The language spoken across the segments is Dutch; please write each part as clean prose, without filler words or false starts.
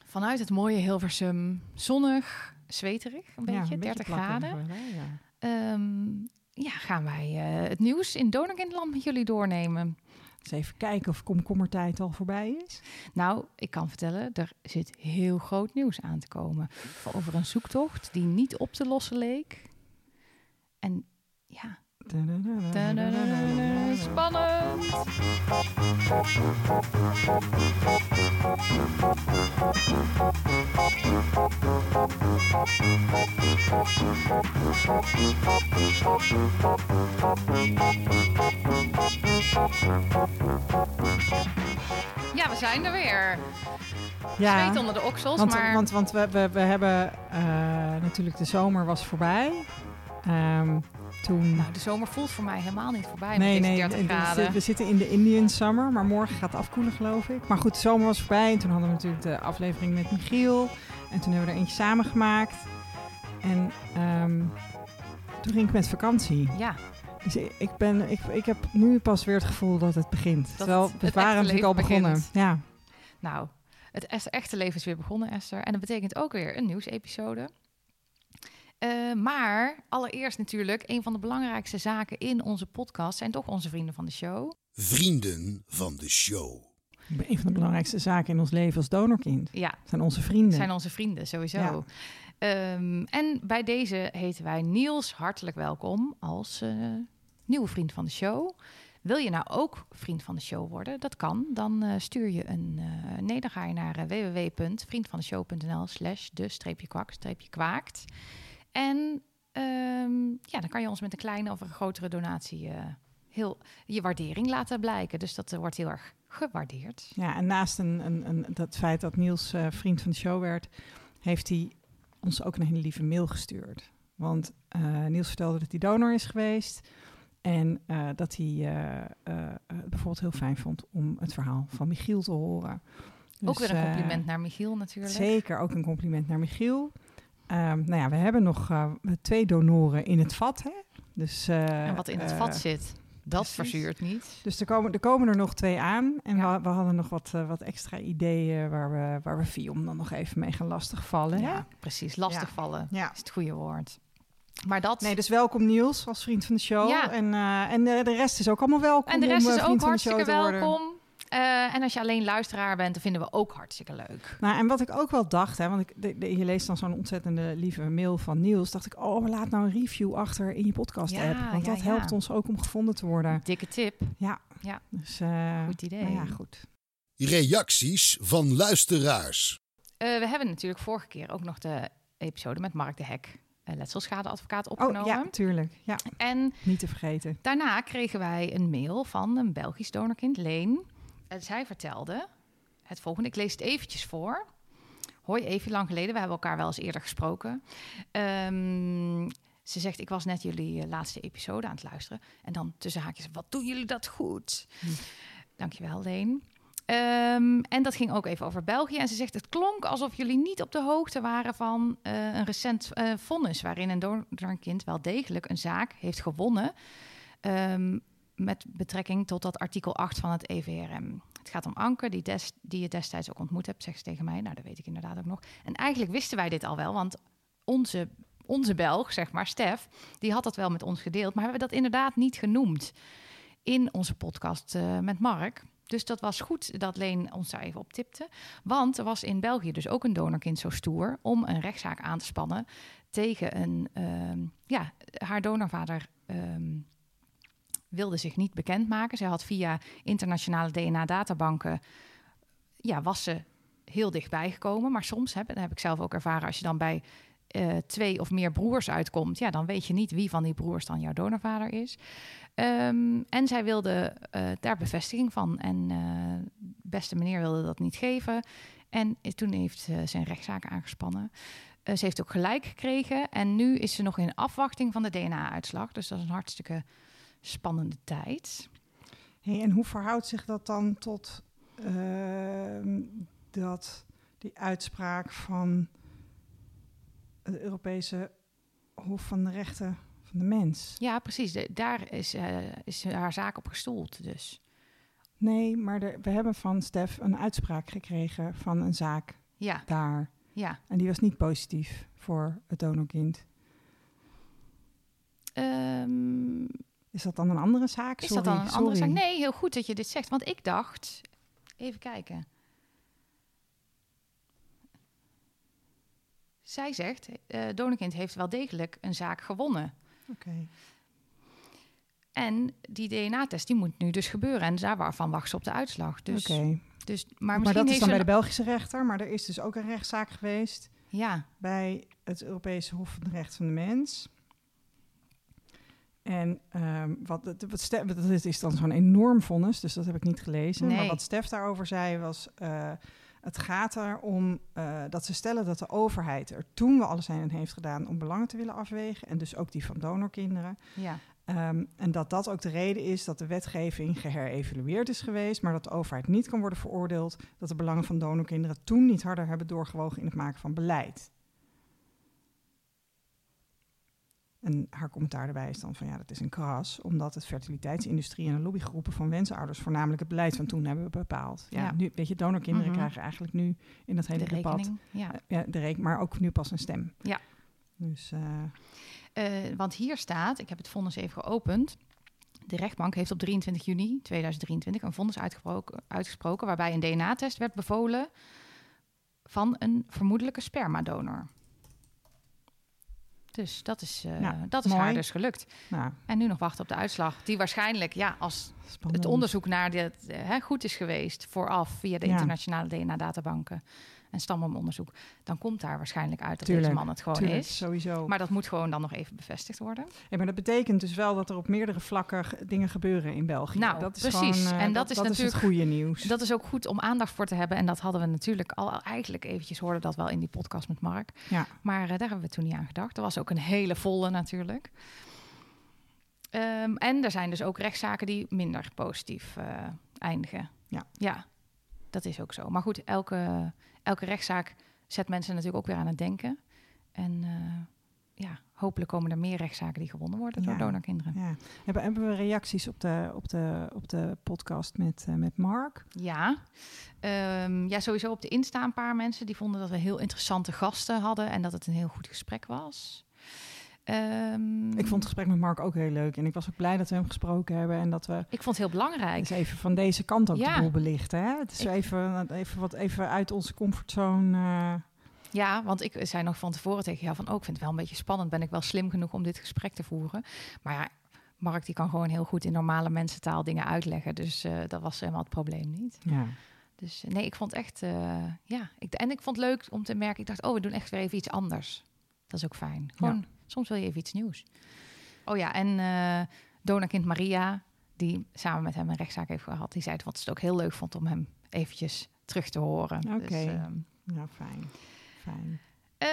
Vanuit het mooie Hilversum, zonnig, zweterig, een beetje, 30 graden. Gaan wij het nieuws in Donorkindland met jullie doornemen. Dus even kijken of komkommertijd al voorbij is. Nou, ik kan vertellen, er zit heel groot nieuws aan te komen. Over een zoektocht die niet op te lossen leek. En ja... Spannend! Ja, we zijn er weer. Ja, zweet onder de oksels, want we hebben natuurlijk de zomer was voorbij. Toen... Nou, de zomer voelt voor mij helemaal niet voorbij met deze 30 graden. We zitten in de Indian Summer, maar morgen gaat het afkoelen, geloof ik. Maar goed, de zomer was voorbij en toen hadden we natuurlijk de aflevering met Michiel. En toen hebben we er eentje samen gemaakt. En toen ging ik met vakantie. Ja. Dus ik heb nu pas weer het gevoel dat het begint. Terwijl we waren natuurlijk al begonnen. Ja. Nou, het echte leven is weer begonnen, Esther. En dat betekent ook weer een nieuwsepisode. Maar allereerst natuurlijk, een van de belangrijkste zaken in onze podcast zijn toch onze vrienden van de show. Vrienden van de show. Een van de belangrijkste zaken in ons leven als donorkind. Ja. Zijn onze vrienden. Zijn onze vrienden, sowieso. Ja. En bij deze heten wij Niels hartelijk welkom als nieuwe vriend van de show. Wil je nou ook vriend van de show worden? Dat kan. Dan stuur je dan ga je naar www.vriendvandeshow.nl/de-kwak-kwaakt. En dan kan je ons met een kleine of een grotere donatie heel je waardering laten blijken. Dus dat wordt heel erg gewaardeerd. Ja, en naast dat feit dat Niels vriend van de show werd, heeft hij ons ook een hele lieve mail gestuurd. Want Niels vertelde dat hij donor is geweest. En dat hij bijvoorbeeld heel fijn vond om het verhaal van Michiel te horen. Dus, ook weer een compliment naar Michiel natuurlijk. Zeker, ook een compliment naar Michiel. We hebben nog 2 donoren in het vat. Hè? Dus, en wat in het vat zit, dat verzuurt niet. Dus er komen er nog 2 aan. En we hadden nog wat extra ideeën waar we Fion dan nog even mee gaan lastigvallen. Ja, hè? precies. Lastigvallen is het goede woord. Maar Nee, dus welkom Niels als vriend van de show. Ja. En de rest is ook allemaal welkom. En de rest is ook hartstikke welkom. En als je alleen luisteraar bent, dan vinden we ook hartstikke leuk. Nou, en wat ik ook wel dacht, hè, want je leest dan zo'n ontzettende lieve mail van Niels, dacht ik, laat nou een review achter in je podcast-app. Want dat helpt ons ook om gevonden te worden. Dikke tip. Ja. Dus, goed idee. Nou ja, goed. Reacties van luisteraars. We hebben natuurlijk vorige keer ook nog de episode met Mark de Hek, letselschadeadvocaat, opgenomen. Oh ja, tuurlijk. Ja. En niet te vergeten. Daarna kregen wij een mail van een Belgisch donorkind, Leen. En zij vertelde het volgende. Ik lees het eventjes voor. Hoi, even lang geleden. We hebben elkaar wel eens eerder gesproken. Ze zegt, ik was net jullie laatste episode aan het luisteren. En dan tussen haakjes, wat doen jullie dat goed? Dankjewel, Leen. En dat ging ook even over België. En ze zegt, het klonk alsof jullie niet op de hoogte waren van een recent vonnis, waarin een donorkind wel degelijk een zaak heeft gewonnen met betrekking tot dat artikel 8 van het EVRM. Het gaat om Anke, die je destijds ook ontmoet hebt, zegt ze tegen mij. Nou, dat weet ik inderdaad ook nog. En eigenlijk wisten wij dit al wel, want onze Belg, zeg maar, Stef, die had dat wel met ons gedeeld. Maar we hebben dat inderdaad niet genoemd in onze podcast met Mark. Dus dat was goed dat Leen ons daar even op tipte. Want er was in België dus ook een donorkind zo stoer om een rechtszaak aan te spannen tegen haar donorvader wilde zich niet bekendmaken. Zij had via internationale DNA-databanken, was ze heel dichtbij gekomen. Maar soms, dat heb ik zelf ook ervaren, als je dan bij 2 of meer broers uitkomt, dan weet je niet wie van die broers dan jouw donorvader is. En zij wilde daar bevestiging van. En beste meneer wilde dat niet geven. En toen heeft ze een rechtszaak aangespannen. Ze heeft ook gelijk gekregen. En nu is ze nog in afwachting van de DNA-uitslag. Dus dat is een hartstikke spannende tijd. Hey, en hoe verhoudt zich dat dan tot die uitspraak van het Europese Hof van de Rechten van de Mens? Ja, precies. Daar is haar zaak op gestoeld, dus. Nee, maar we hebben van Stef een uitspraak gekregen van een zaak Ja, daar. ja. En die was niet positief voor het donorkind. Is dat dan een andere zaak? Is dat dan een andere zaak? Nee, heel goed dat je dit zegt. Want ik dacht... Even kijken. Zij zegt, donorkind heeft wel degelijk een zaak gewonnen. Oké. En die DNA-test die moet nu dus gebeuren. En daarvan wachten ze op de uitslag. Dus, maar dat is dan bij de wel... Belgische rechter. Maar er is dus ook een rechtszaak geweest... Ja. bij het Europese Hof van de Rechten van de Mens. En dat is dan zo'n enorm vonnis, dus dat heb ik niet gelezen. Nee. Maar wat Stef daarover zei was... het gaat erom dat ze stellen dat de overheid er toen wel alles aan heeft gedaan... om belangen te willen afwegen. En dus ook die van donorkinderen. Ja. En dat ook de reden is dat de wetgeving geherevalueerd is geweest... maar dat de overheid niet kan worden veroordeeld... dat de belangen van donorkinderen toen niet harder hebben doorgewogen... in het maken van beleid. En haar commentaar daarbij is dan van dat is een kras... omdat het fertiliteitsindustrie en de lobbygroepen van wensouders... voornamelijk het beleid van toen hebben bepaald. Ja. Nu, weet je, donorkinderen krijgen eigenlijk nu in dat hele debat... maar ook nu pas een stem. Ja. Dus... want hier staat, ik heb het vonnis even geopend... De rechtbank heeft op 23 juni 2023 een vonnis uitgesproken... waarbij een DNA-test werd bevolen van een vermoedelijke spermadonor. Dus dat is haar dus gelukt. Nou. En nu nog wachten op de uitslag. Die waarschijnlijk, als het onderzoek naar dit goed is geweest... vooraf via de internationale DNA-databanken... en stamboomonderzoek... dan komt daar waarschijnlijk uit dat deze man het gewoon is. Sowieso. Maar dat moet gewoon dan nog even bevestigd worden. Ja, maar dat betekent dus wel dat er op meerdere vlakken dingen gebeuren in België. Nou, dat is precies. Gewoon, en dat is natuurlijk het goede nieuws. Dat is ook goed om aandacht voor te hebben. En dat hadden we natuurlijk al eigenlijk eventjes... hoorden dat wel in die podcast met Mark. Ja. Maar daar hebben we toen niet aan gedacht. Er was ook een hele volle natuurlijk. En er zijn dus ook rechtszaken die minder positief eindigen. Ja, dat is ook zo. Maar goed, elke rechtszaak zet mensen natuurlijk ook weer aan het denken. En hopelijk komen er meer rechtszaken die gewonnen worden door donorkinderen. Ja. Hebben we reacties op de podcast met Mark? Ja. Sowieso op de Insta een paar mensen die vonden dat we heel interessante gasten hadden en dat het een heel goed gesprek was. Ik vond het gesprek met Mark ook heel leuk. En ik was ook blij dat we hem gesproken hebben. En dat we... Ik vond het heel belangrijk. Dus even van deze kant ook de boel belichten. Hè? Het is even uit onze comfortzone... Ja, want ik zei nog van tevoren tegen jou van... ik vind het wel een beetje spannend. Ben ik wel slim genoeg om dit gesprek te voeren? Maar ja, Mark die kan gewoon heel goed in normale mensentaal dingen uitleggen. Dus dat was helemaal het probleem niet. Ja. Dus nee, ik vond echt... En ik vond het leuk om te merken... Ik dacht, we doen echt weer even iets anders. Dat is ook fijn. Gewoon... Soms wil je even iets nieuws. Oh ja, en donorkind Maria, die samen met hem een rechtszaak heeft gehad... die zei dat ze het ook heel leuk vond om hem eventjes terug te horen. Oké, fijn.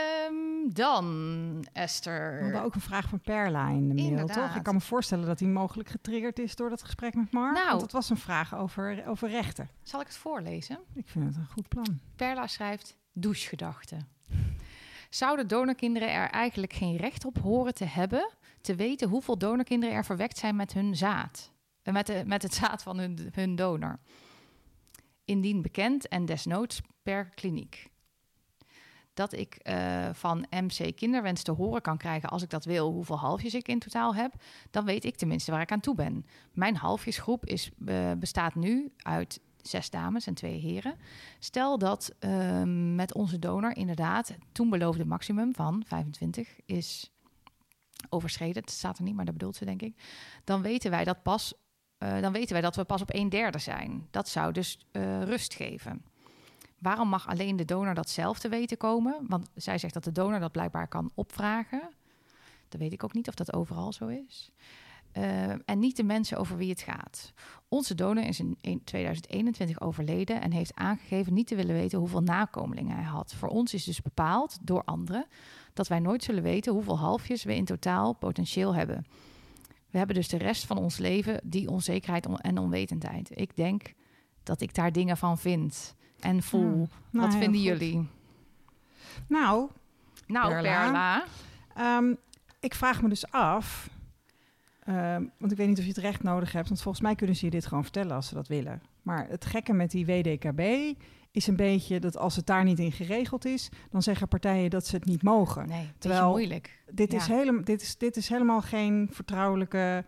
Dan, Esther. We hadden ook een vraag van Perla in de mail, Inderdaad. toch? Ik kan me voorstellen dat die mogelijk getriggerd is door dat gesprek met Mark. Nou, want het was een vraag over rechten. Zal ik het voorlezen? Ik vind het een goed plan. Perla schrijft, douchegedachten. Zouden donorkinderen er eigenlijk geen recht op horen te hebben... te weten hoeveel donorkinderen er verwekt zijn met hun zaad? Met het zaad van hun donor. Indien bekend en desnoods per kliniek. Dat ik van MC Kinderwens te horen kan krijgen... als ik dat wil, hoeveel halfjes ik in totaal heb... dan weet ik tenminste waar ik aan toe ben. Mijn halfjesgroep bestaat nu uit... 6 dames en 2 heren. Stel dat met onze donor inderdaad... het toen beloofde maximum van 25 is overschreden. Het staat er niet, maar dat bedoelt ze, denk ik. Dan weten wij dat we pas op 1/3 zijn. Dat zou dus rust geven. Waarom mag alleen de donor dat zelf te weten komen? Want zij zegt dat de donor dat blijkbaar kan opvragen. Dat weet ik ook niet of dat overal zo is. En niet de mensen over wie het gaat. Onze donor is in 2021 overleden en heeft aangegeven niet te willen weten hoeveel nakomelingen hij had. Voor ons is dus bepaald door anderen dat wij nooit zullen weten hoeveel halfjes we in totaal potentieel hebben. We hebben dus de rest van ons leven die onzekerheid en onwetendheid. Ik denk dat ik daar dingen van vind en voel. Wat vinden jullie? Nou Perla. Ik vraag me dus af... want ik weet niet of je het recht nodig hebt... want volgens mij kunnen ze je dit gewoon vertellen als ze dat willen. Maar het gekke met die WDKB is een beetje dat als het daar niet in geregeld is, dan zeggen partijen dat ze het niet mogen. Nee, Terwijl is moeilijk. Dit is helemaal geen vertrouwelijke...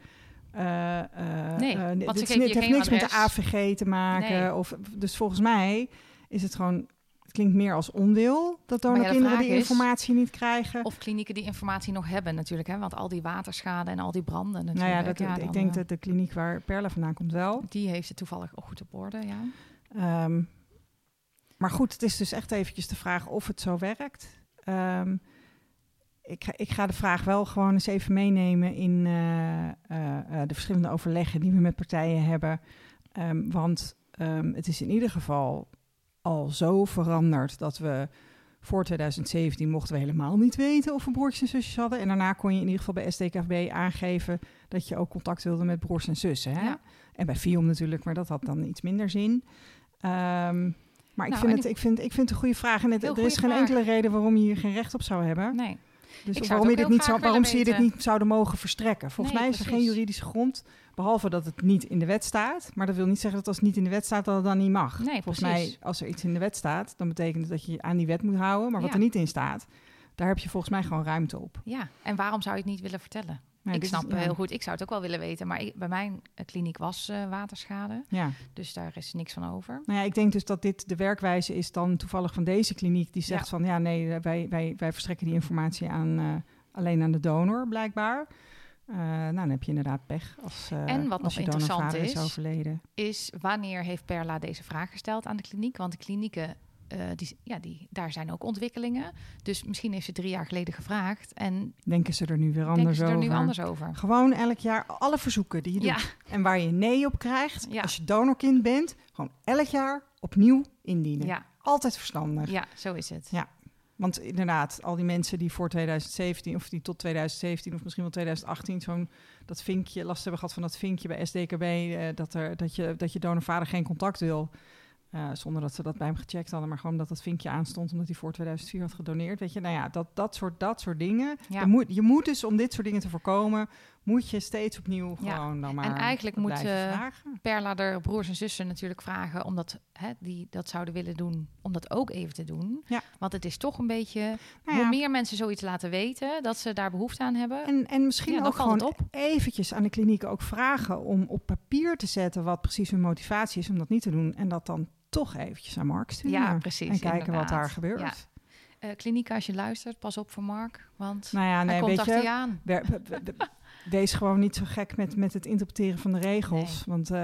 want het ze heeft geven je niks geen met de adres. AVG te maken. Nee. Dus volgens mij is het gewoon... Het klinkt meer als onwil dat Maar ja, de donorkinderen vraag die is- informatie niet krijgen. Of klinieken die informatie nog hebben natuurlijk. Hè? Want al die waterschade en al die branden Nou natuurlijk. ja, ik denk dat de kliniek waar Perla vandaan komt wel. Die heeft het toevallig ook goed op orde, ja. Maar goed, het is dus echt eventjes de vraag of het zo werkt. Ik ga de vraag wel gewoon eens even meenemen in de verschillende overleggen die we met partijen hebben. Want het is in ieder geval al zo veranderd dat we voor 2017 mochten we helemaal niet weten of we broertjes en zusjes hadden. En daarna kon je in ieder geval bij SDKV aangeven dat je ook contact wilde met broers en zussen. Hè? Ja. En bij FIOM natuurlijk, maar dat had dan iets minder zin. Maar ik vind het een goede vraag. En er is geen enkele reden waarom je hier geen recht op zou hebben. Nee. Dus waarom waarom ze je dit niet zouden mogen verstrekken? Volgens mij is er geen juridische grond, behalve dat het niet in de wet staat. Maar dat wil niet zeggen dat als het niet in de wet staat, dat het dan niet mag. Nee, Volgens mij, als er iets in de wet staat, dan betekent het dat je aan die wet moet houden. Maar wat er niet in staat, daar heb je volgens mij gewoon ruimte op. Ja, en waarom zou je het niet willen vertellen? Ik snap heel goed, ik zou het ook wel willen weten. Maar bij mijn kliniek was waterschade. Ja. Dus daar is niks van over. Nou ja, ik denk dus dat dit de werkwijze is dan toevallig van deze kliniek. Die zegt van, ja nee, wij verstrekken die informatie alleen aan de donor, blijkbaar. Nou, dan heb je inderdaad pech en wat als nog je interessant is overleden. Is wanneer heeft Perla deze vraag gesteld aan de kliniek? Want de klinieken, daar zijn ook ontwikkelingen. Dus misschien heeft ze 3 jaar geleden gevraagd. En denken ze er nu weer anders over? Gewoon elk jaar alle verzoeken die je doet. En waar je nee op krijgt, als je donorkind bent, gewoon elk jaar opnieuw indienen. Ja. Altijd verstandig. Ja, zo is het. Ja. Want inderdaad, al die mensen die voor 2017 of die tot 2017 of misschien wel 2018 dat vinkje last hebben gehad van dat vinkje bij SDKB, dat je donorvader geen contact wil. Zonder dat ze dat bij hem gecheckt hadden, maar gewoon dat dat vinkje aanstond omdat hij voor 2004 had gedoneerd. Weet je, nou ja, dat soort dingen. Ja. Je moet dus, om dit soort dingen te voorkomen, moet je steeds opnieuw gewoon dan maar. En eigenlijk moet Perla de broers en zussen natuurlijk vragen, omdat die dat zouden willen doen, om dat ook even te doen. Ja. Want het is toch een beetje, hoe meer mensen zoiets laten weten, dat ze daar behoefte aan hebben. En misschien ook gewoon eventjes aan de kliniek ook vragen om op papier te zetten wat precies hun motivatie is om dat niet te doen. En dat dan toch eventjes aan Mark sturen. Ja, precies. En kijken wat daar gebeurt. Ja. Kliniek, als je luistert, pas op voor Mark, want hij komt achter je aan. Wees gewoon niet zo gek met het interpreteren van de regels. Nee. Want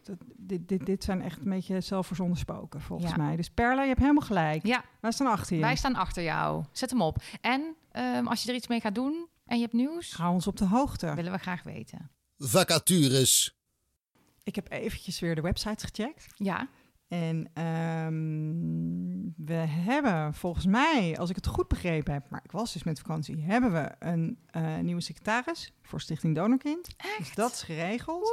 dit zijn echt een beetje zelfverzonnen spoken, volgens mij. Dus Perla, je hebt helemaal gelijk. Ja. Wij staan achter je. Wij staan achter jou. Zet hem op. En als je er iets mee gaat doen en je hebt nieuws, hou ons op de hoogte. Willen we graag weten. Vacatures. Ik heb eventjes weer de website gecheckt. Ja. En we hebben volgens mij, als ik het goed begrepen heb, maar ik was dus met vakantie, hebben we een nieuwe secretaris voor Stichting Donorkind. Echt? Dus dat is geregeld.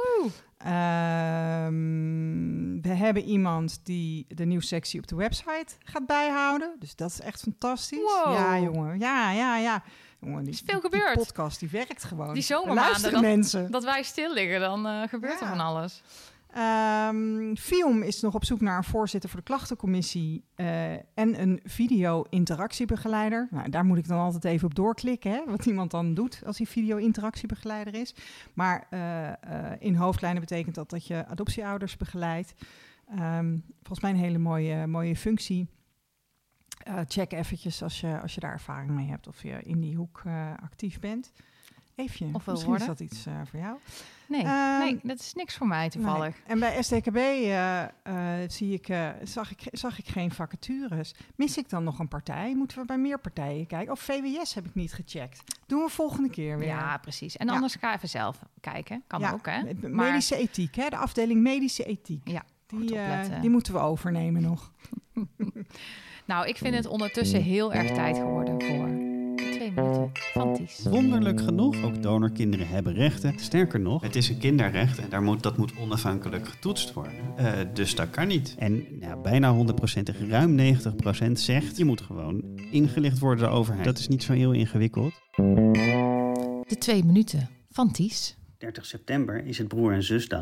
We hebben iemand die de nieuwssectie op de website gaat bijhouden. Dus dat is echt fantastisch. Wow. Ja, jongen. Ja. Jongen, is veel gebeurd. Die podcast, die werkt gewoon. Die zomermaanden, mensen. Dat wij stil liggen, dan gebeurt er van alles. FIOM is nog op zoek naar een voorzitter voor de klachtencommissie en een video-interactiebegeleider. Nou, daar moet ik dan altijd even op doorklikken, hè, wat iemand dan doet als hij video-interactiebegeleider is. Maar in hoofdlijnen betekent dat je adoptieouders begeleidt. Volgens mij een hele mooie functie. Check eventjes als je daar ervaring mee hebt of je in die hoek actief bent. Even, misschien is dat iets voor jou. Nee, dat is niks voor mij toevallig. Nee. En bij SDKB zag ik geen vacatures. Mis ik dan nog een partij? Moeten we bij meer partijen kijken? Of VWS heb ik niet gecheckt. Doen we volgende keer weer. Ja, precies. En anders ga even zelf kijken. Kan ook, hè? Medische ethiek, hè? De afdeling medische ethiek. Ja, die moeten we overnemen nog. Nou, ik vind het ondertussen heel erg tijd geworden voor 2 minuten van Ties. Wonderlijk genoeg, ook donorkinderen hebben rechten. Sterker nog, het is een kinderrecht en dat moet onafhankelijk getoetst worden. Dus dat kan niet. En bijna 100%, ruim 90% zegt, je moet gewoon ingelicht worden door de overheid. Dat is niet zo heel ingewikkeld. De 2 minuten van Ties. 30 september is het broer- en zusdag.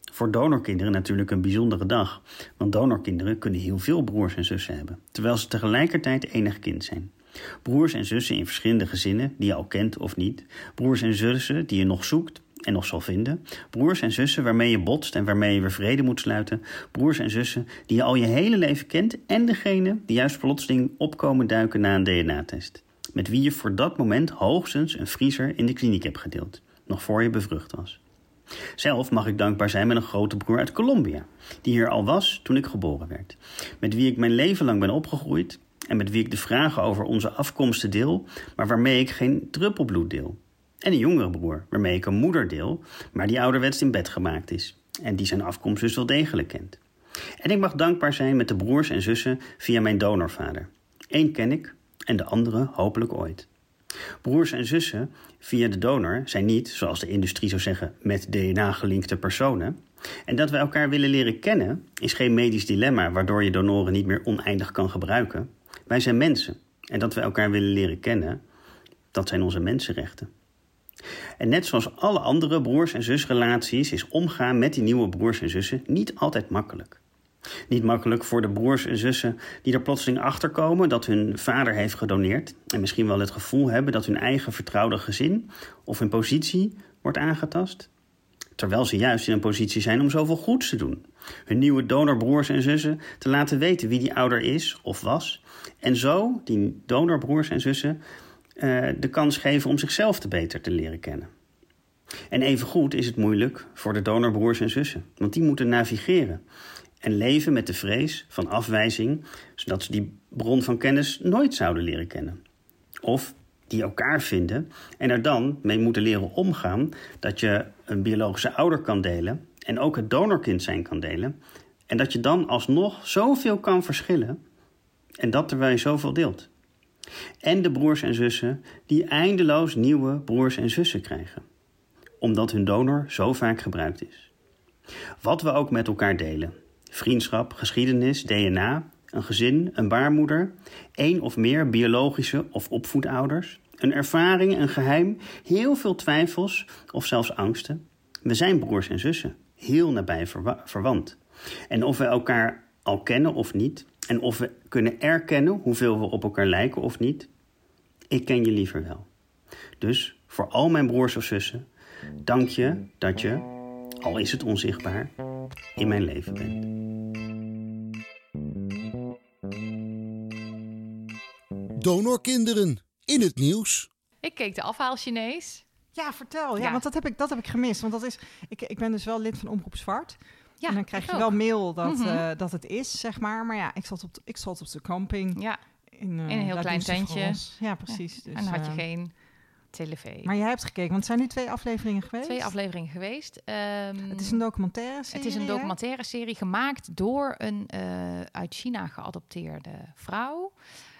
Voor donorkinderen natuurlijk een bijzondere dag. Want donorkinderen kunnen heel veel broers en zussen hebben, terwijl ze tegelijkertijd enig kind zijn. Broers en zussen in verschillende gezinnen, die je al kent of niet. Broers en zussen die je nog zoekt en nog zal vinden. Broers en zussen waarmee je botst en waarmee je weer vrede moet sluiten. Broers en zussen die je al je hele leven kent en degene die juist plotseling opkomen duiken na een DNA-test. Met wie je voor dat moment hoogstens een vriezer in de kliniek hebt gedeeld, nog voor je bevrucht was. Zelf mag ik dankbaar zijn met een grote broer uit Colombia, die hier al was toen ik geboren werd. Met wie ik mijn leven lang ben opgegroeid en met wie ik de vragen over onze afkomsten deel, maar waarmee ik geen druppel bloed deel. En een jongere broer, waarmee ik een moeder deel, maar die ouderwets in bed gemaakt is en die zijn afkomst dus wel degelijk kent. En ik mag dankbaar zijn met de broers en zussen via mijn donorvader. Eén ken ik en de andere hopelijk ooit. Broers en zussen via de donor zijn niet, zoals de industrie zou zeggen, met DNA gelinkte personen. En dat we elkaar willen leren kennen is geen medisch dilemma waardoor je donoren niet meer oneindig kan gebruiken. Wij zijn mensen en dat we elkaar willen leren kennen, dat zijn onze mensenrechten. En net zoals alle andere broers- en zusrelaties is omgaan met die nieuwe broers en zussen niet altijd makkelijk. Niet makkelijk voor de broers en zussen die er plotseling achter komen dat hun vader heeft gedoneerd en misschien wel het gevoel hebben dat hun eigen vertrouwde gezin of hun positie wordt aangetast. Terwijl ze juist in een positie zijn om zoveel goeds te doen. Hun nieuwe donorbroers en zussen te laten weten wie die ouder is of was. En zo die donorbroers en zussen de kans geven om zichzelf beter te leren kennen. En evengoed is het moeilijk voor de donorbroers en zussen, want die moeten navigeren en leven met de vrees van afwijzing, zodat ze die bron van kennis nooit zouden leren kennen. Of die elkaar vinden en er dan mee moeten leren omgaan dat je een biologische ouder kan delen en ook het donorkind zijn kan delen. En dat je dan alsnog zoveel kan verschillen en dat terwijl je zoveel deelt. En de broers en zussen die eindeloos nieuwe broers en zussen krijgen, omdat hun donor zo vaak gebruikt is. Wat we ook met elkaar delen. Vriendschap, geschiedenis, DNA, een gezin, een baarmoeder, één of meer biologische of opvoedouders, een ervaring, een geheim, heel veel twijfels of zelfs angsten. We zijn broers en zussen, heel nabij verwant. En of we elkaar al kennen of niet, en of we kunnen erkennen hoeveel we op elkaar lijken of niet, ik ken je liever wel. Dus voor al mijn broers of zussen, dank je dat je, al is het onzichtbaar, in mijn leven bent. Donorkinderen in het nieuws. Ik keek de afhaal Chinees. Ja, vertel. Ja, Ja. want dat heb ik gemist. Want dat is, ik ben dus wel lid van Omroep Zwart. Ja, en dan krijg ik je ook. wel mail dat, Mhm. dat het is, zeg maar. Maar ja, ik zat op de camping. Ja, In een heel La klein Douce tentje. France. Ja, precies. Dus, en dan had je geen tv. Maar jij hebt gekeken, want het zijn nu 2 afleveringen geweest. 2 afleveringen geweest. Het is een documentaire serie. Het is een hè? documentaire serie gemaakt door een uit China geadopteerde vrouw.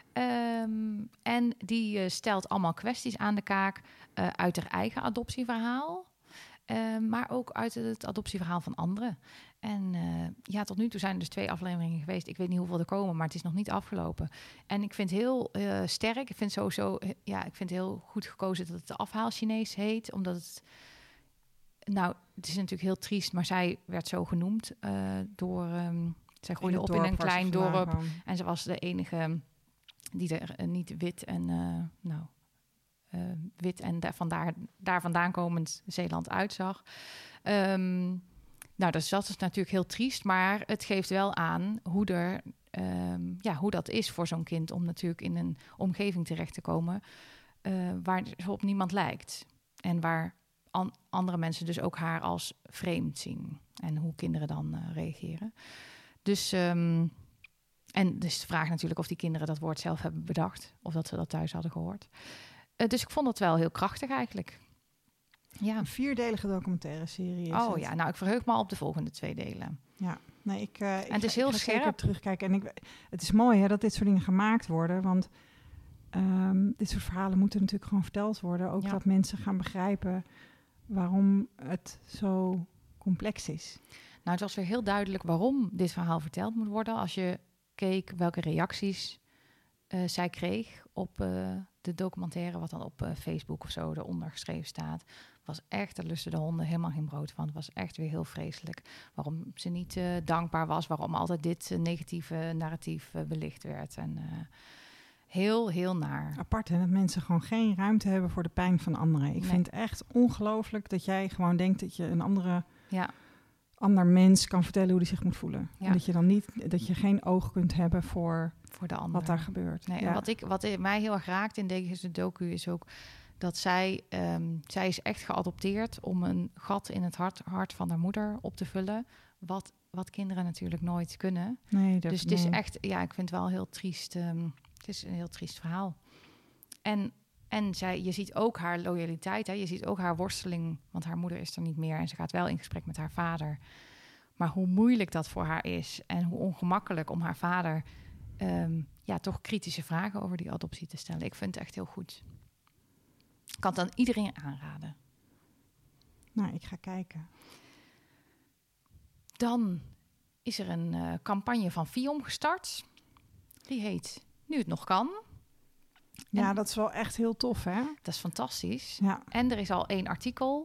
En die stelt allemaal kwesties aan de kaak uit haar eigen adoptieverhaal. Maar ook uit het adoptieverhaal van anderen. En ja, tot nu toe zijn er dus 2 afleveringen geweest. Ik weet niet hoeveel er komen, maar het is nog niet afgelopen. En ik vind het heel sterk. Ik vind sowieso, ja, ik vind het heel goed gekozen dat het de afhaal Chinees heet. Omdat het, nou, het is natuurlijk heel triest, maar zij werd zo genoemd door... zij groeide het op in dorp een waar ze klein vandaan dorp. kwam. En ze was de enige die er niet wit en wit en daar vandaan komend Zeeland uitzag. Nou, dat is natuurlijk heel triest, maar het geeft wel aan hoe hoe dat is voor zo'n kind om natuurlijk in een omgeving terecht te komen waar ze op niemand lijkt. En waar andere mensen dus ook haar als vreemd zien. En hoe kinderen dan reageren. Dus... En dus de vraag natuurlijk of die kinderen dat woord zelf hebben bedacht. Of dat ze dat thuis hadden gehoord. Dus ik vond dat wel heel krachtig eigenlijk. Ja. Een 4-delige documentaire serie is Oh het. ja, nou ik verheug me al op de volgende 2 delen. Ja, nee, ik het is heel ga zeker scherp. terugkijken. En het is mooi hè, dat dit soort dingen gemaakt worden. Want dit soort verhalen moeten natuurlijk gewoon verteld worden. Ook Ja. dat mensen gaan begrijpen waarom het zo complex is. Nou, het was weer heel duidelijk waarom dit verhaal verteld moet worden. Als je keek welke reacties zij kreeg op de documentaire wat dan op Facebook of zo eronder geschreven staat, was echt, daar lusten de honden helemaal geen brood van. Het was echt weer heel vreselijk. Waarom ze niet dankbaar was, waarom altijd dit negatieve narratief belicht werd. En heel, heel naar. Apart, hè, dat mensen gewoon geen ruimte hebben voor de pijn van anderen. Ik vind het echt ongelooflijk dat jij gewoon denkt dat je een ander mens kan vertellen hoe hij zich moet voelen. Ja. En dat je dan niet, dat je geen oog kunt hebben voor de ander. wat daar gebeurt. Nee, ja. en wat mij heel erg raakt in deze docu is ook dat zij is echt geadopteerd om een gat in het hart van haar moeder op te vullen. Wat kinderen natuurlijk nooit kunnen. Dus het is echt, ik vind het wel heel triest. Het is een heel triest verhaal. En je ziet ook haar loyaliteit. Hè? Je ziet ook haar worsteling, want haar moeder is er niet meer. En ze gaat wel in gesprek met haar vader. Maar hoe moeilijk dat voor haar is. En hoe ongemakkelijk om haar vader toch kritische vragen over die adoptie te stellen. Ik vind het echt heel goed. Ik kan het aan iedereen aanraden. Nou, ik ga kijken. Dan is er een campagne van FIOM gestart. Die heet Nu het nog kan. Ja, dat is wel echt heel tof, hè? Dat is fantastisch. Ja. En er is al 1 artikel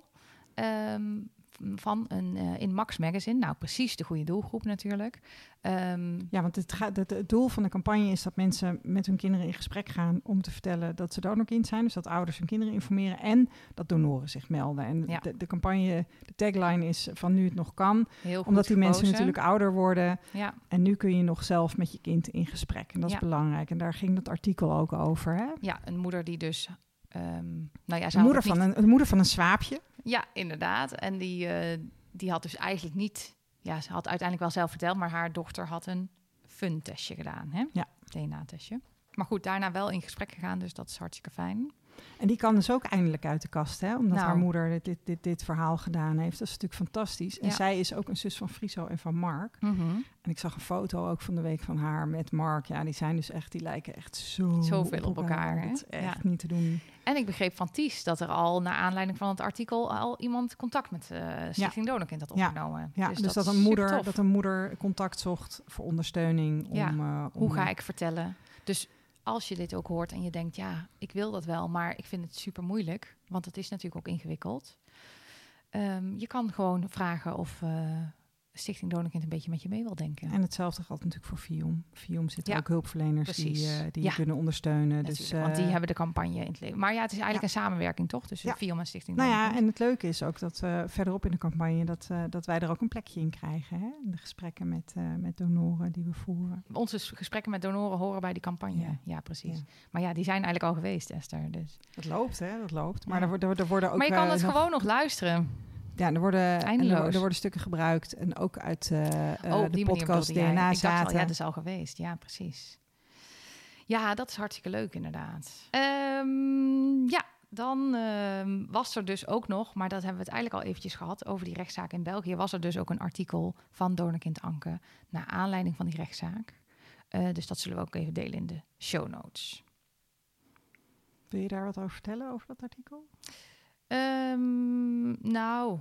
in Max Magazine. Nou, precies de goede doelgroep natuurlijk. Ja, want het doel van de campagne is dat mensen met hun kinderen in gesprek gaan om te vertellen dat ze donorkind zijn. Dus dat ouders hun kinderen informeren en dat donoren zich melden. En de campagne, de tagline is van Nu het nog kan. Heel goed omdat die gekozen. mensen natuurlijk ouder worden. Ja. En nu kun je nog zelf met je kind in gesprek. En dat is belangrijk. En daar ging dat artikel ook over, hè? Ja, een moeder die dus... een moeder van een swaapje. Ja, inderdaad. En die had dus eigenlijk niet... Ja, ze had uiteindelijk wel zelf verteld, maar haar dochter had een fun-testje gedaan. Hè? Ja. DNA-testje. Maar goed, daarna wel in gesprek gegaan, dus dat is hartstikke fijn. En die kan dus ook eindelijk uit de kast, hè? Omdat haar moeder dit verhaal gedaan heeft. Dat is natuurlijk fantastisch. En zij is ook een zus van Friso en van Mark. Mm-hmm. En ik zag een foto ook van de week van haar met Mark. Ja, die lijken echt zoveel op elkaar. Dat is echt niet te doen. En ik begreep van Ties dat er al, naar aanleiding van het artikel, al iemand contact met Stichting Donorkind had opgenomen. Ja, dus dat een moeder contact zocht voor ondersteuning. Hoe ga ik vertellen? Dus als je dit ook hoort en je denkt, ja, ik wil dat wel, maar ik vind het super moeilijk, want het is natuurlijk ook ingewikkeld. Je kan gewoon vragen of Stichting Donorkind een beetje met je mee wil denken. En hetzelfde geldt natuurlijk voor FIOM. FIOM zitten ook hulpverleners die je kunnen ondersteunen. Dus, want die hebben de campagne in het leven. Maar ja, het is eigenlijk een samenwerking, toch? Tussen FIOM en Stichting Donorkind. Nou ja, en het leuke is ook dat verderop in de campagne dat wij er ook een plekje in krijgen. Hè? In de gesprekken met donoren die we voeren. Onze gesprekken met donoren horen bij die campagne. Ja, precies. Ja. Maar ja, die zijn eigenlijk al geweest, Esther. Dus. Dat loopt, hè? Dat loopt. Maar er worden ook... Maar je kan het gewoon nog luisteren. Ja, er worden stukken gebruikt. En ook uit de podcast DNA zaten. Ja, dat is al geweest. Ja, precies. Ja, dat is hartstikke leuk inderdaad. Dan was er dus ook nog... maar dat hebben we het eigenlijk al eventjes gehad... over die rechtszaak in België... was er dus ook een artikel van Donorkind Anke... naar aanleiding van die rechtszaak. Dus dat zullen we ook even delen in de show notes. Wil je daar wat over vertellen, over dat artikel? Nou,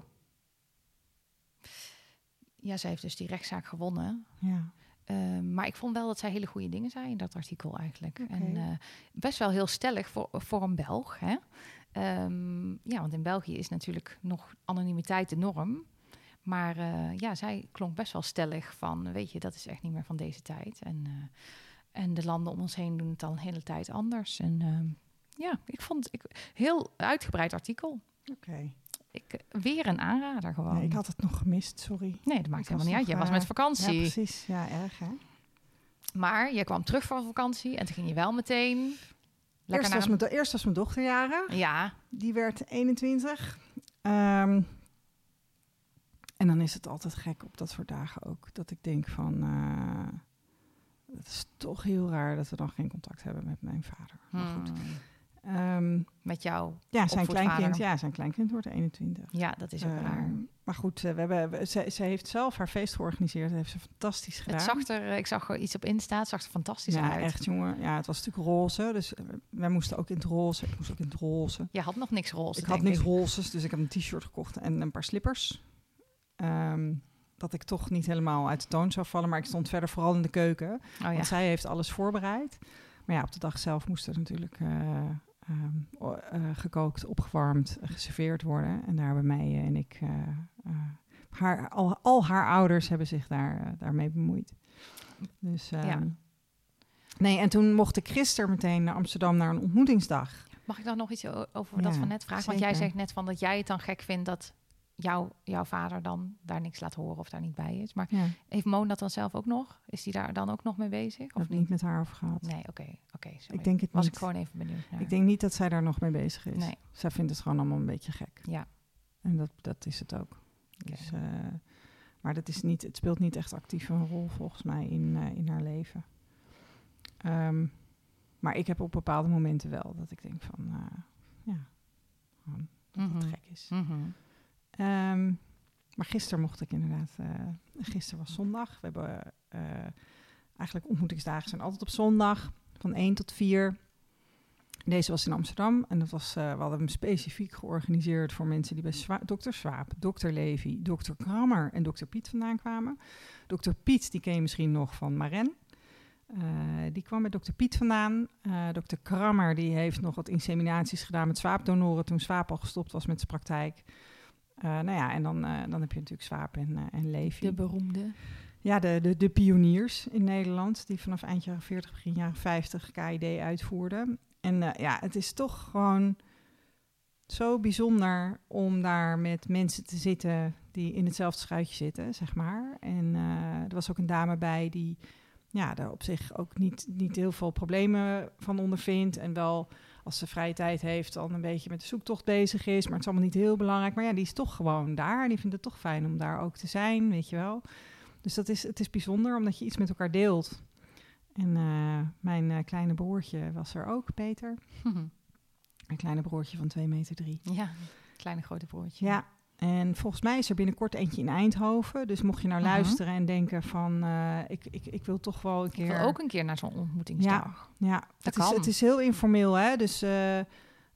ja, zij heeft dus die rechtszaak gewonnen. Ja. Maar ik vond wel dat zij hele goede dingen zei in dat artikel eigenlijk. Okay. En best wel heel stellig voor een Belg. Hè? Ja, want in België is natuurlijk nog anonimiteit de norm. Maar zij klonk best wel stellig van, weet je, dat is echt niet meer van deze tijd. En de landen om ons heen doen het al een hele tijd anders. En ja, ik vond het heel uitgebreid artikel. Oké. Weer een aanrader gewoon. Nee, ik had het nog gemist, sorry. Nee, dat maakt helemaal niet uit. Jij was met vakantie. Ja, precies. Ja, erg hè. Maar je kwam terug van vakantie en toen ging je wel meteen... Eerst was mijn dochter jarig. Ja. Die werd 21. En dan is het altijd gek op dat soort dagen ook. Dat ik denk van... het is toch heel raar dat we dan geen contact hebben met mijn vader. Maar goed. Met jou? Ja, zijn kleinkind wordt 21. Ja, dat is ook raar. Maar goed, ze heeft zelf haar feest georganiseerd. Dat heeft ze fantastisch gedaan. Ik zag er iets op Insta. Het zag er fantastisch uit. Ja, echt jongen. Ja, het was natuurlijk roze. Dus wij moesten ook in het roze. Ik moest ook in het roze. Je had nog niks roze, Ik had niks rozes, dus ik heb een t-shirt gekocht en een paar slippers. Dat ik toch niet helemaal uit de toon zou vallen. Maar ik stond verder vooral in de keuken. Want zij heeft alles voorbereid. Maar ja, op de dag zelf moest er natuurlijk gekookt, opgewarmd, geserveerd worden. En daar hebben Meijen en ik... al haar ouders hebben zich daarmee bemoeid. Dus, Nee, en toen mocht ik gisteren meteen naar Amsterdam naar een ontmoetingsdag. Mag ik dan nog iets over dat van net vragen? Want jij zegt net van dat jij het dan gek vindt dat jouw vader dan daar niks laat horen of daar niet bij is. Maar heeft Moon dat dan zelf ook nog? Is hij daar dan ook nog mee bezig? Of niet met haar over gehad? Nee, oké. Ik denk het was niet. Ik gewoon even benieuwd naar. Ik denk niet dat zij daar nog mee bezig is. Nee. Zij vindt het gewoon allemaal een beetje gek. Ja. En dat is het ook. Okay. Dus, maar het speelt niet echt actief een rol volgens mij in haar leven. Maar ik heb op bepaalde momenten wel dat ik denk van, dat het gek is. Mm-hmm. Maar gisteren mocht ik inderdaad, gisteren was zondag. We hebben eigenlijk ontmoetingsdagen zijn altijd op zondag, van 1 tot 4. Deze was in Amsterdam en dat was, we hadden hem specifiek georganiseerd voor mensen die bij dokter Swaap, dokter Levy, dokter Krammer en dokter Piet vandaan kwamen. Dokter Piet, die ken je misschien nog van Maren. Die kwam met dokter Piet vandaan. Dokter Krammer, die heeft nog wat inseminaties gedaan met zwaapdonoren toen Swaap al gestopt was met zijn praktijk. En dan heb je natuurlijk Swaap en Levy. De beroemde. Ja, de pioniers in Nederland, die vanaf eind jaren 40, begin jaren 50 KID uitvoerden. En het is toch gewoon zo bijzonder om daar met mensen te zitten die in hetzelfde schuitje zitten, zeg maar. En er was ook een dame bij die daar op zich ook niet heel veel problemen van ondervindt. En wel, als ze vrije tijd heeft, dan een beetje met de zoektocht bezig is. Maar het is allemaal niet heel belangrijk. Maar ja, die is toch gewoon daar. En die vindt het toch fijn om daar ook te zijn, weet je wel. Dus het is bijzonder, omdat je iets met elkaar deelt. En mijn kleine broertje was er ook, Peter. Mm-hmm. Een kleine broertje van 2,3 meter. Ja, kleine grote broertje. Ja, en volgens mij is er binnenkort eentje in Eindhoven. Dus mocht je nou luisteren en denken van, ik wil toch wel een keer... Ik wil ook een keer naar zo'n ontmoetingsdag. Ja, het is heel informeel, hè. Dus er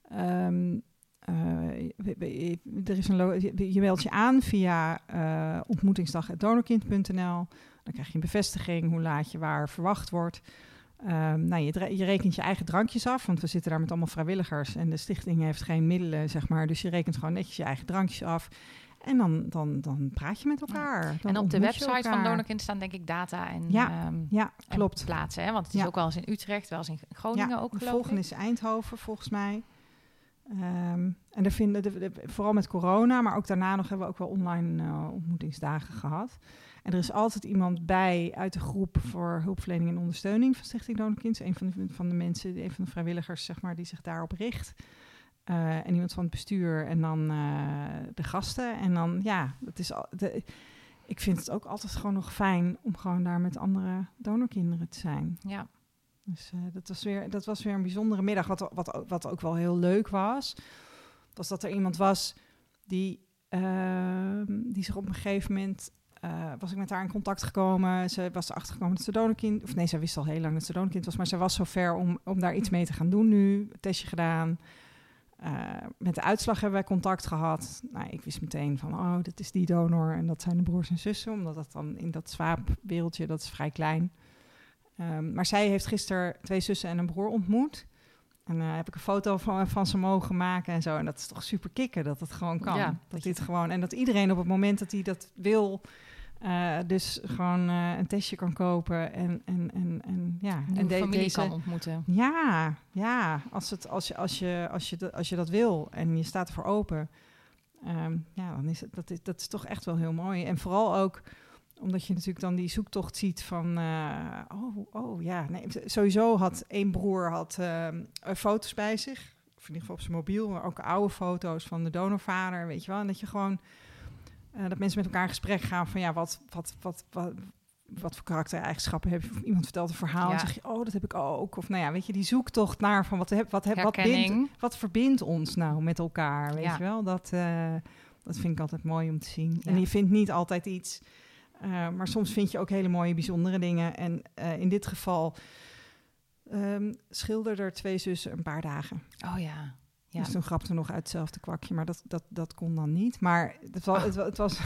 is je meldt je aan via ontmoetingsdag@donorkind.nl. Dan krijg je een bevestiging hoe laat je waar verwacht wordt. Je rekent je eigen drankjes af, want we zitten daar met allemaal vrijwilligers en de stichting heeft geen middelen, zeg maar. Dus je rekent gewoon netjes je eigen drankjes af en dan praat je met elkaar. Ja. En op de website van Donorkind staan denk ik data en, klopt. En plaatsen. Hè? Want het is ook wel eens in Utrecht, wel eens in Groningen ook, geloof ik. De volgende is Eindhoven, volgens mij. En er vinden, vooral met corona, maar ook daarna nog hebben we ook wel online ontmoetingsdagen gehad. En er is altijd iemand bij uit de groep voor hulpverlening en ondersteuning van Stichting Donorkind. Een van de mensen, een van de vrijwilligers, zeg maar, die zich daarop richt. En iemand van het bestuur en dan de gasten. En dan, ik vind het ook altijd gewoon nog fijn om gewoon daar met andere donorkinderen te zijn. Ja. Dus dat was weer een bijzondere middag. Wat ook wel heel leuk was dat er iemand was die zich op een gegeven moment... was ik met haar in contact gekomen. Ze was erachter gekomen dat ze donorkind... Of nee, zij wist al heel lang dat ze donorkind was. Maar ze was zover om daar iets mee te gaan doen nu. Een testje gedaan. Met de uitslag hebben wij contact gehad. Nou, ik wist meteen van, dat is die donor. En dat zijn de broers en zussen. Omdat dat dan in dat zwaapwereldje, dat is vrij klein. Maar zij heeft gisteren 2 zussen en een broer ontmoet. En heb ik een foto van ze mogen maken en zo. En dat is toch super kicken dat het gewoon kan. Ja, en dat iedereen op het moment dat hij dat wil... dus gewoon een testje kan kopen en familie kan ontmoeten. Ja, als je dat wil en je staat ervoor open, dan is dat is toch echt wel heel mooi. En vooral ook omdat je natuurlijk dan die zoektocht ziet van, sowieso had één broer foto's bij zich, of in ieder geval op zijn mobiel, maar ook oude foto's van de donorvader, weet je wel, en dat je gewoon dat mensen met elkaar in gesprek gaan van wat voor karaktereigenschappen heb je? Of iemand vertelt een verhaal en zeg je, dat heb ik ook. Of weet je, die zoektocht naar van wat verbindt ons nou met elkaar, weet je wel? Dat vind ik altijd mooi om te zien. Ja. En je vindt niet altijd iets, maar soms vind je ook hele mooie, bijzondere dingen. En in dit geval schilderden er 2 zussen een paar dagen. Oh ja. Ja. Dus toen grapte nog uit hetzelfde kwakje, maar dat kon dan niet. Maar het was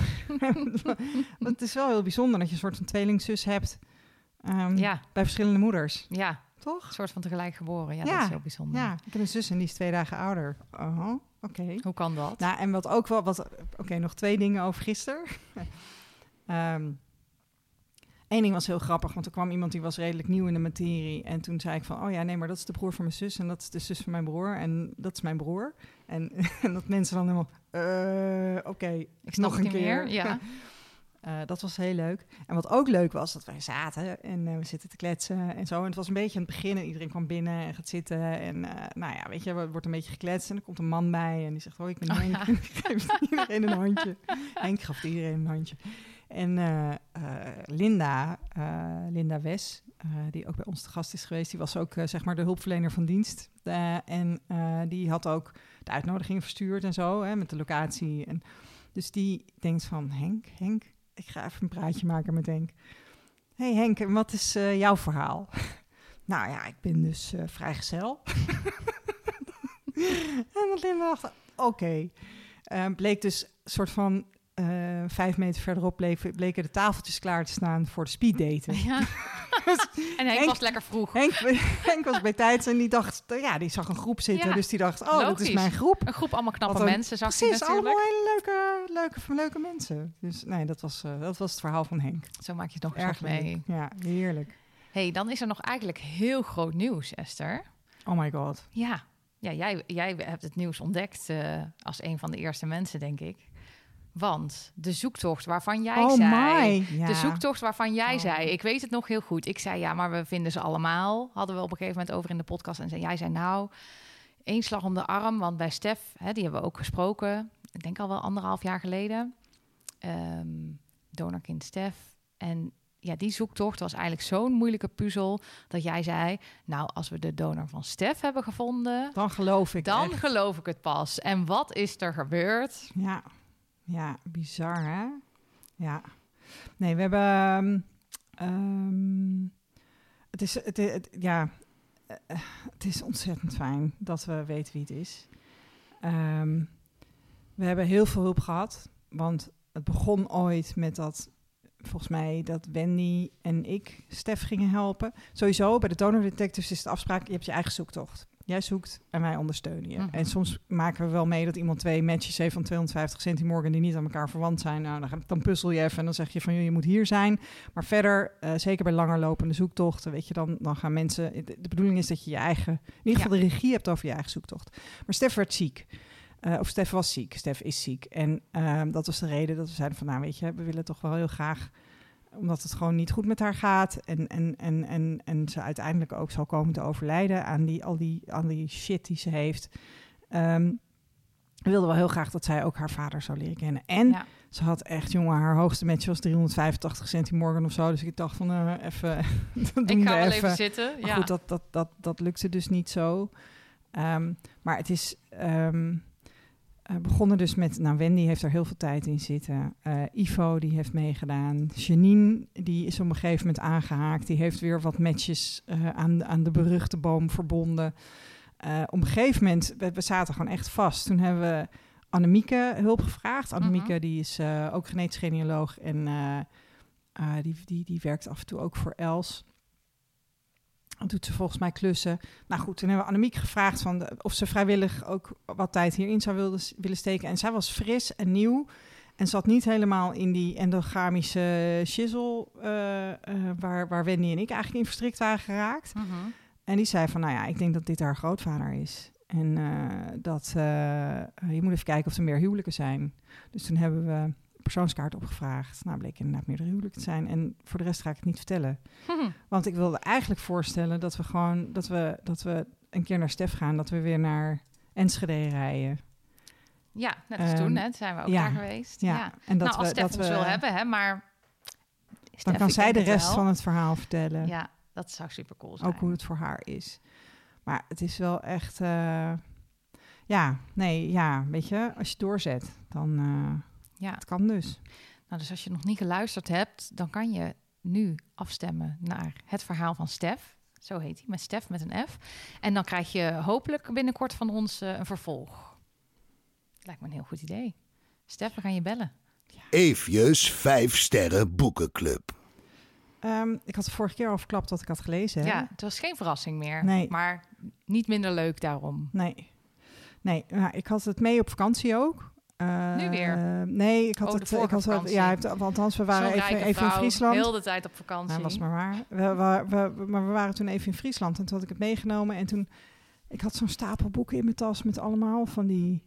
het is wel heel bijzonder dat je een soort van tweelingzus hebt bij verschillende moeders. Ja. toch? Een soort van tegelijk geboren. Ja, Ja, dat is heel bijzonder. Ja, ik heb een zus en die is 2 dagen ouder. Oh, oké. Hoe kan dat? Nou, en wat ook wel... Oké, nog 2 dingen over gisteren. Eén ding was heel grappig, want er kwam iemand die was redelijk nieuw in de materie. En toen zei ik van, oh ja, nee, maar dat is de broer van mijn zus en dat is de zus van mijn broer. En dat is mijn broer. En dat mensen dan helemaal, oké, Ik snap nog het een niet keer. meer. Ja. Dat was heel leuk. En wat ook leuk was, dat wij zaten en we zitten te kletsen en zo. En het was een beetje aan het begin en iedereen kwam binnen en gaat zitten. En nou ja, weet je, er wordt een beetje gekletst en er komt een man bij en die zegt, oh, ik ben Henk. Ja. En die geeft iedereen een handje. Henk gaf iedereen een handje. En Linda Wes, die ook bij ons te gast is geweest, die was ook zeg maar de hulpverlener van dienst. En die had ook de uitnodiging verstuurd en zo, hè, met de locatie. En dus die denkt van, Henk, ik ga even een praatje maken met Henk. Hey Henk, en wat is jouw verhaal? Nou ja, ik ben dus vrijgezel. En dat Linda dacht, oké. Bleek dus een soort van 5 meter verderop bleken de tafeltjes klaar te staan voor de speeddaten. Ja. En Henk was lekker vroeg. Henk was bij tijd en die dacht, die zag een groep zitten. Ja, dus die dacht, dat is logisch. mijn groep. Een groep allemaal knappe Wat een- mensen, zag je Precies, natuurlijk. allemaal hele leuke mensen. Dus nee, dat was het verhaal van Henk. Zo maak je het nog Erg eens mee. leuk. Ja, heerlijk. Hey, dan is er nog eigenlijk heel groot nieuws, Esther. Oh my god. Ja, jij hebt het nieuws ontdekt als een van de eerste mensen, denk ik. Want de zoektocht waarvan jij Oh zei... my. Ja. De zoektocht waarvan jij Oh. zei... Ik weet het nog heel goed. Ik zei, ja, maar we vinden ze allemaal. Hadden we op een gegeven moment over in de podcast. En jij zei, nou, 1 slag om de arm. Want bij Stef, die hebben we ook gesproken. Ik denk al wel 1,5 jaar geleden. Donorkind Stef. En ja, die zoektocht was eigenlijk zo'n moeilijke puzzel... dat jij zei, nou, als we de donor van Stef hebben gevonden... Dan geloof ik dan echt. geloof ik het pas. En wat is er gebeurd? Ja, bizar hè? Ja. Nee, we hebben... het is ontzettend fijn dat we weten wie het is. We hebben heel veel hulp gehad. Want het begon ooit met dat... Volgens mij dat Wendy en ik Stef gingen helpen. Sowieso, bij de Donor Detectives is de afspraak... je hebt je eigen zoektocht. Jij zoekt en wij ondersteunen je. Mhm. En soms maken we wel mee dat iemand 2 matches heeft van 250 centimorgan... die niet aan elkaar verwant zijn. Nou, dan puzzel je even en dan zeg je van... je moet hier zijn. Maar verder, zeker bij langer lopende zoektochten... weet je, dan gaan mensen... De bedoeling is dat je eigen... in ieder geval de regie hebt over je eigen zoektocht. Maar Stef werd ziek. Of Stef was ziek. Stef is ziek. En dat was de reden dat we zeiden van... nou, weet je, we willen toch wel heel graag... omdat het gewoon niet goed met haar gaat. En ze uiteindelijk ook zal komen te overlijden... aan die shit die ze heeft. We wilden wel heel graag dat zij ook haar vader zou leren kennen. En ze had echt, jongen, haar hoogste match was 385 centimorgan of zo. Dus ik dacht van, even... Ik ga wel even zitten. Maar ja. goed, dat lukte dus niet zo. Maar het is... begonnen dus met... Nou, Wendy heeft er heel veel tijd in zitten. Ivo, die heeft meegedaan. Janine, die is op een gegeven moment aangehaakt. Die heeft weer wat matches aan de beruchte boom verbonden. Op een gegeven moment... We zaten gewoon echt vast. Toen hebben we Annemieke hulp gevraagd. Annemieke, die is ook genetisch genealoog. En die werkt af en toe ook voor Els. Dan doet ze volgens mij klussen. Nou goed, toen hebben we Annemiek gevraagd of ze vrijwillig ook wat tijd hierin zou willen steken. En zij was fris en nieuw en zat niet helemaal in die endogamische shizzle waar Wendy en ik eigenlijk in verstrikt waren geraakt. Mm-hmm. En die zei van, nou ja, ik denk dat dit haar grootvader is. En je moet even kijken of er meer huwelijken zijn. Dus toen hebben we persoonskaart opgevraagd. Nou, bleek inderdaad meerdere huwelijken te zijn. En voor de rest ga ik het niet vertellen. Want ik wilde eigenlijk voorstellen dat we gewoon... dat we een keer naar Stef gaan. Dat we weer naar Enschede rijden. Ja, net als toen, hè. Zijn we ook daar geweest. Ja. En dat nou, als Stef ons wil hebben, hè. Maar Stef, dan kan zij de rest wel van het verhaal vertellen. Ja, dat zou super cool zijn. Ook hoe het voor haar is. Maar het is wel echt... weet je, als je doorzet, dan... Het kan dus. Nou, dus als je nog niet geluisterd hebt, dan kan je nu afstemmen naar het verhaal van Stef. Zo heet hij, met Stef met een F. En dan krijg je hopelijk binnenkort van ons een vervolg. Lijkt me een heel goed idee. Stef, we gaan je bellen. Eefje's 5 Sterren Boekenclub. ik had de vorige keer al verklapt wat ik had gelezen. Hè? Ja, het was geen verrassing meer. Nee. Maar niet minder leuk daarom. Nee, nou, ik had het mee op vakantie ook. Nu weer? Nee, ik had de het. vorige vakantie. Althans, we waren Zo'n rijke even in vrouw, Friesland. heel de tijd op vakantie. Nou, was maar waar. Maar we waren toen even in Friesland en toen had ik het meegenomen. En toen, ik had zo'n stapel boeken in mijn tas met allemaal van die,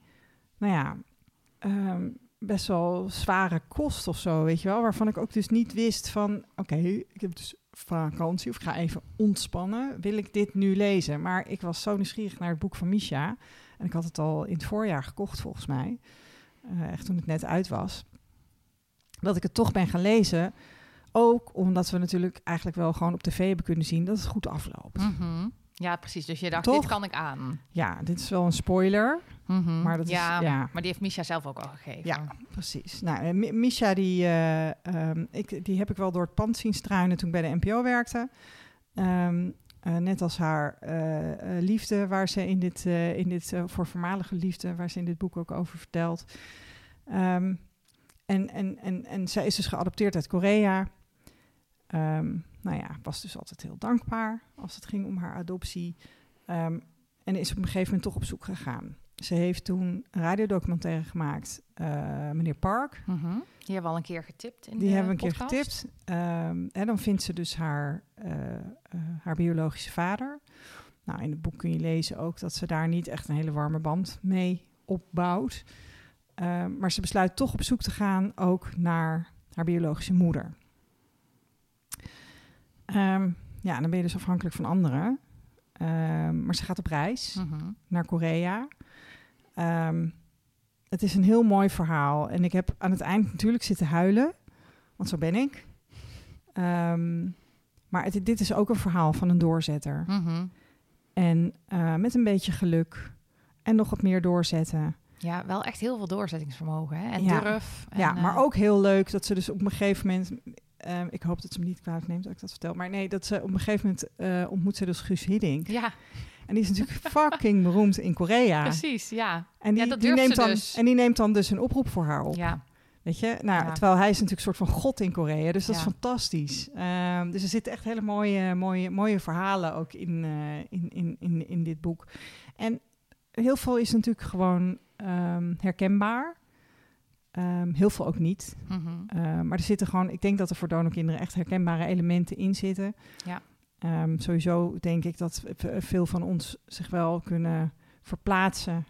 best wel zware kost of zo, weet je wel. Waarvan ik ook dus niet wist van, oké, ik heb dus vakantie of ik ga even ontspannen. Wil ik dit nu lezen? Maar ik was zo nieuwsgierig naar het boek van Misha. En ik had het al in het voorjaar gekocht, volgens mij. Echt toen het net uit was. Dat ik het toch ben gaan lezen. Ook omdat we natuurlijk eigenlijk wel gewoon op tv hebben kunnen zien dat het goed afloopt. Mm-hmm. Ja, precies. Dus je dacht, Toch? dit kan ik aan. Ja, dit is wel een spoiler. Mm-hmm. Maar dat is, maar die heeft Misha zelf ook al gegeven. Ja, precies. Nou, Misha, die heb ik wel door het pand zien struinen toen ik bij de NPO werkte. Net als haar liefde, waar ze in dit voor voormalige liefde, waar ze in dit boek ook over vertelt. En zij is dus geadopteerd uit Korea. Was dus altijd heel dankbaar als het ging om haar adoptie. En is op een gegeven moment toch op zoek gegaan. Ze heeft toen een radiodocumentaire gemaakt, Meneer Park. Mm-hmm. Die hebben we al een keer getipt in Die de hebben we een podcast. keer getipt. En dan vindt ze dus haar biologische vader. Nou, in het boek kun je lezen ook dat ze daar niet echt een hele warme band mee opbouwt. Maar ze besluit toch op zoek te gaan ook naar haar biologische moeder. Dan ben je dus afhankelijk van anderen. Maar ze gaat op reis naar Korea. Het is een heel mooi verhaal. En ik heb aan het eind natuurlijk zitten huilen. Want zo ben ik. Maar dit is ook een verhaal van een doorzetter. Mm-hmm. En met een beetje geluk. En nog wat meer doorzetten. Ja, wel echt heel veel doorzettingsvermogen. Hè? En Ja. durf. En, Ja, maar ook heel leuk dat ze dus op een gegeven moment... ik hoop dat ze me niet kwalijk neemt dat ik dat vertel. Maar nee, dat ze op een gegeven moment ontmoet ze dus Guus Hiddink. Ja, En die is natuurlijk fucking beroemd in Korea. precies. Ja. En die, Ja, dat die durft neemt ze dan, dus. En die neemt dan dus een oproep voor haar op. Ja. Weet je? Nou, Ja. terwijl hij is natuurlijk een soort van god in Korea. Dus dat is Ja. fantastisch. Dus er zitten echt hele mooie verhalen ook in dit boek. En heel veel is natuurlijk gewoon herkenbaar. Heel veel ook niet. Mm-hmm. Maar er zitten gewoon... Ik denk dat er voor donorkinderen echt herkenbare elementen in zitten. Ja. Sowieso denk ik dat veel van ons zich wel kunnen verplaatsen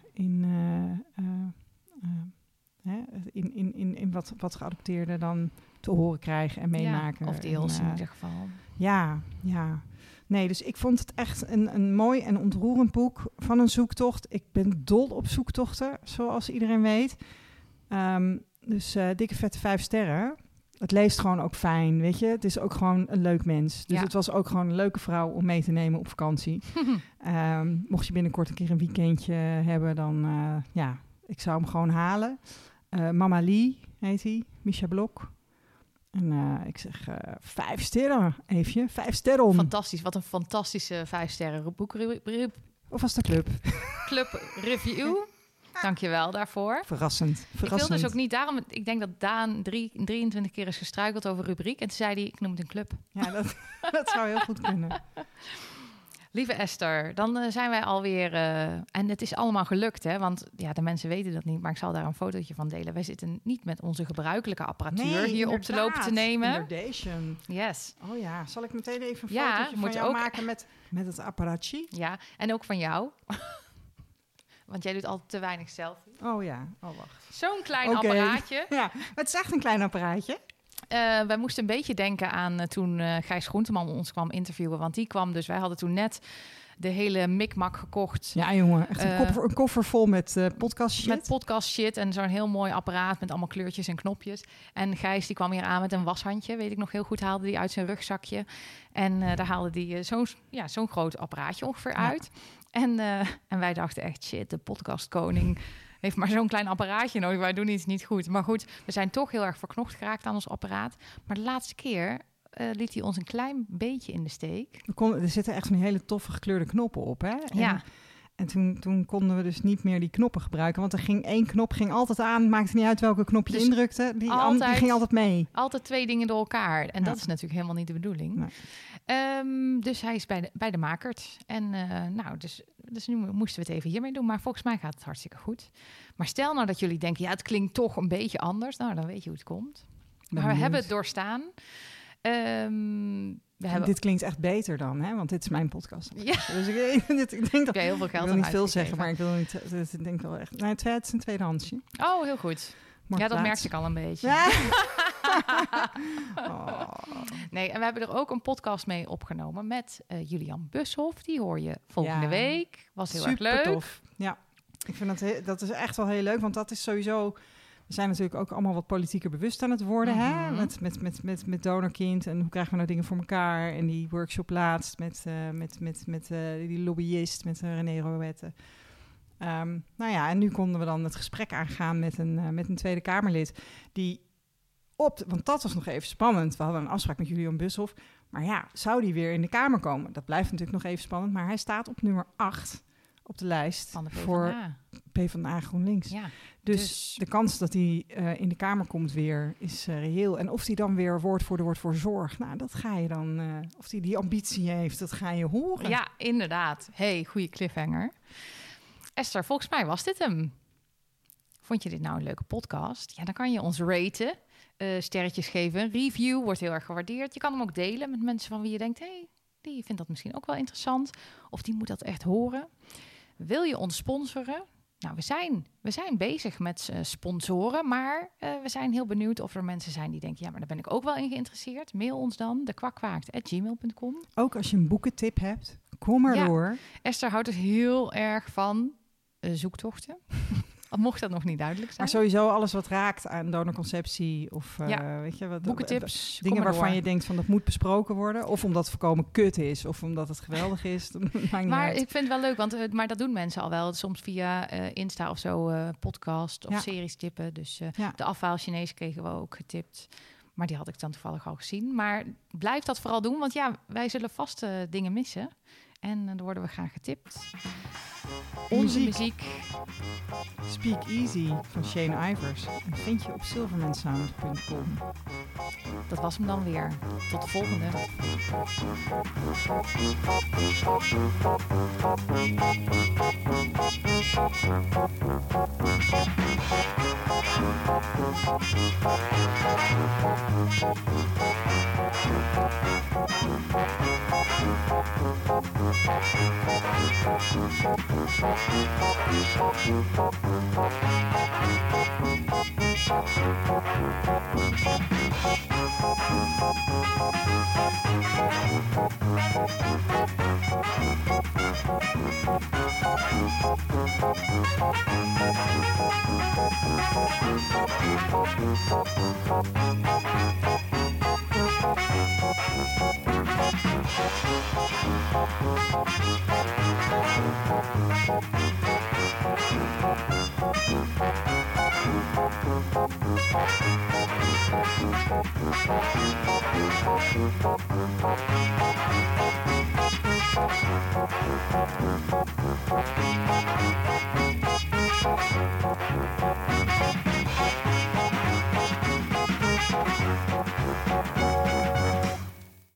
in wat geadopteerden dan te horen krijgen en meemaken. Ja, of deels in ieder geval. Ja. Nee, dus ik vond het echt een mooi en ontroerend boek van een zoektocht. Ik ben dol op zoektochten, zoals iedereen weet. Dus dikke vette 5 sterren. Het leest gewoon ook fijn, weet je. Het is ook gewoon een leuk mens. Dus het was ook gewoon een leuke vrouw om mee te nemen op vakantie. Mocht je binnenkort een keer een weekendje hebben, dan ik zou hem gewoon halen. Mama Lee heet hij, Misha Blok. En ik zeg 5 sterren, Eefje. 5 sterren om. Fantastisch, wat een fantastische 5 sterren Of was de club? club review. Dankjewel daarvoor. Verrassend. Ik wil dus ook niet daarom... Ik denk dat Daan 23 keer is gestruikeld over rubriek. En toen zei hij, ik noem het een club. Ja, dat zou heel goed kunnen. Lieve Esther, dan zijn wij alweer... en het is allemaal gelukt, hè? Want ja, de mensen weten dat niet, maar ik zal daar een fotootje van delen. Wij zitten niet met onze gebruikelijke apparatuur hier op te lopen te nemen. Inderdaad. Yes. Oh ja, zal ik meteen even een Ja, fotootje van moet je jou ook- maken met het apparaatje? Ja, en ook van jou. Want jij doet altijd te weinig selfie. Oh ja, oh wacht. Zo'n klein Oké. apparaatje. Ja, maar het is echt een klein apparaatje. Wij moesten een beetje denken aan toen Gijs Groenteman ons kwam interviewen. Want die kwam dus, wij hadden toen net de hele mikmak gekocht. Ja jongen, echt een koffer vol met podcast shit. Met podcast shit en zo'n heel mooi apparaat met allemaal kleurtjes en knopjes. En Gijs die kwam hier aan met een washandje, weet ik nog heel goed, haalde die uit zijn rugzakje. En daar haalde die zo'n groot apparaatje ongeveer uit. En wij dachten echt, shit, de podcastkoning heeft maar zo'n klein apparaatje nodig. Wij doen iets niet goed. Maar goed, we zijn toch heel erg verknocht geraakt aan ons apparaat. Maar de laatste keer liet hij ons een klein beetje in de steek. Er zitten echt van die hele toffe gekleurde knoppen op, hè? Ja. En toen konden we dus niet meer die knoppen gebruiken. Want er ging 1 knop ging altijd aan. Maakte niet uit welke knop je Dus indrukte. Die ging altijd mee. Altijd 2 dingen door elkaar. En Ja. dat is natuurlijk helemaal niet de bedoeling. Nee. Dus hij is bij de makers. En dus nu moesten we het even hiermee doen. Maar volgens mij gaat het hartstikke goed. Maar stel nou dat jullie denken, ja, het klinkt toch een beetje anders. Nou, dan weet je hoe het komt. Maar we hebben het doorstaan. Dit klinkt echt beter dan, hè? Want dit is mijn podcast. Ja. Dus ik denk dat heel veel ik geld wil aan niet veel uitgegeven. zeggen, maar ik wil niet. Ik denk wel echt. Nee, het is een tweedehandsje. Oh, heel goed. Ja, dat merkte ik al een beetje. Ja. Oh. Nee, en we hebben er ook een podcast mee opgenomen met Julian Bushoff. Die hoor je volgende week. Was heel erg leuk. Tof. Ja, ik vind dat is echt wel heel leuk, want dat is sowieso. We zijn natuurlijk ook allemaal wat politieker bewust aan het worden, hè? Met donorkind en hoe krijgen we nou dingen voor elkaar. En die workshop laatst met die lobbyist, met René Roette. Nou ja, en nu konden we dan het gesprek aangaan met een Tweede Kamerlid die want dat was nog even spannend. We hadden een afspraak met Julian Bushoff. Maar ja, zou die weer in de Kamer komen? Dat blijft natuurlijk nog even spannend. Maar hij staat op nummer 8 op de lijst Van de PvdA. voor PvdA GroenLinks. Ja, Dus de kans dat hij in de Kamer komt weer is reëel. En of hij dan weer woordvoerder wordt voor zorg, nou, dat ga je dan... of hij die ambitie heeft, dat ga je horen. Ja, inderdaad. Hey, goede cliffhanger. Esther, volgens mij was dit hem. Vond je dit nou een leuke podcast? Ja, dan kan je ons raten, sterretjes geven. Een review wordt heel erg gewaardeerd. Je kan hem ook delen met mensen van wie je denkt, hey, die vindt dat misschien ook wel interessant. Of die moet dat echt horen. Wil je ons sponsoren? Nou, we zijn bezig met sponsoren, maar we zijn heel benieuwd of er mensen zijn die denken, ja, maar daar ben ik ook wel in geïnteresseerd. Mail ons dan, dekwakwaakt@gmail.com. Ook als je een boekentip hebt, kom maar door. Esther houdt dus heel erg van zoektochten. Mocht dat nog niet duidelijk zijn. Maar sowieso alles wat raakt aan donorconceptie of weet je, boekentips, dingen waarvan je denkt van dat moet besproken worden. Of omdat het voorkomen kut is, of omdat het geweldig is. Maar ik vind het wel leuk, want maar dat doen mensen al wel. Soms via Insta of zo, podcast of series tippen. Dus de afhaal Chinees kregen we ook getipt. Maar die had ik dan toevallig al gezien. Maar blijf dat vooral doen, want ja, wij zullen vast dingen missen. En dan worden we graag getipt. Onze muziek. Speak Easy van Shane Ivers. En vind je op silvermansound.com. Dat was hem dan weer. Tot de volgende.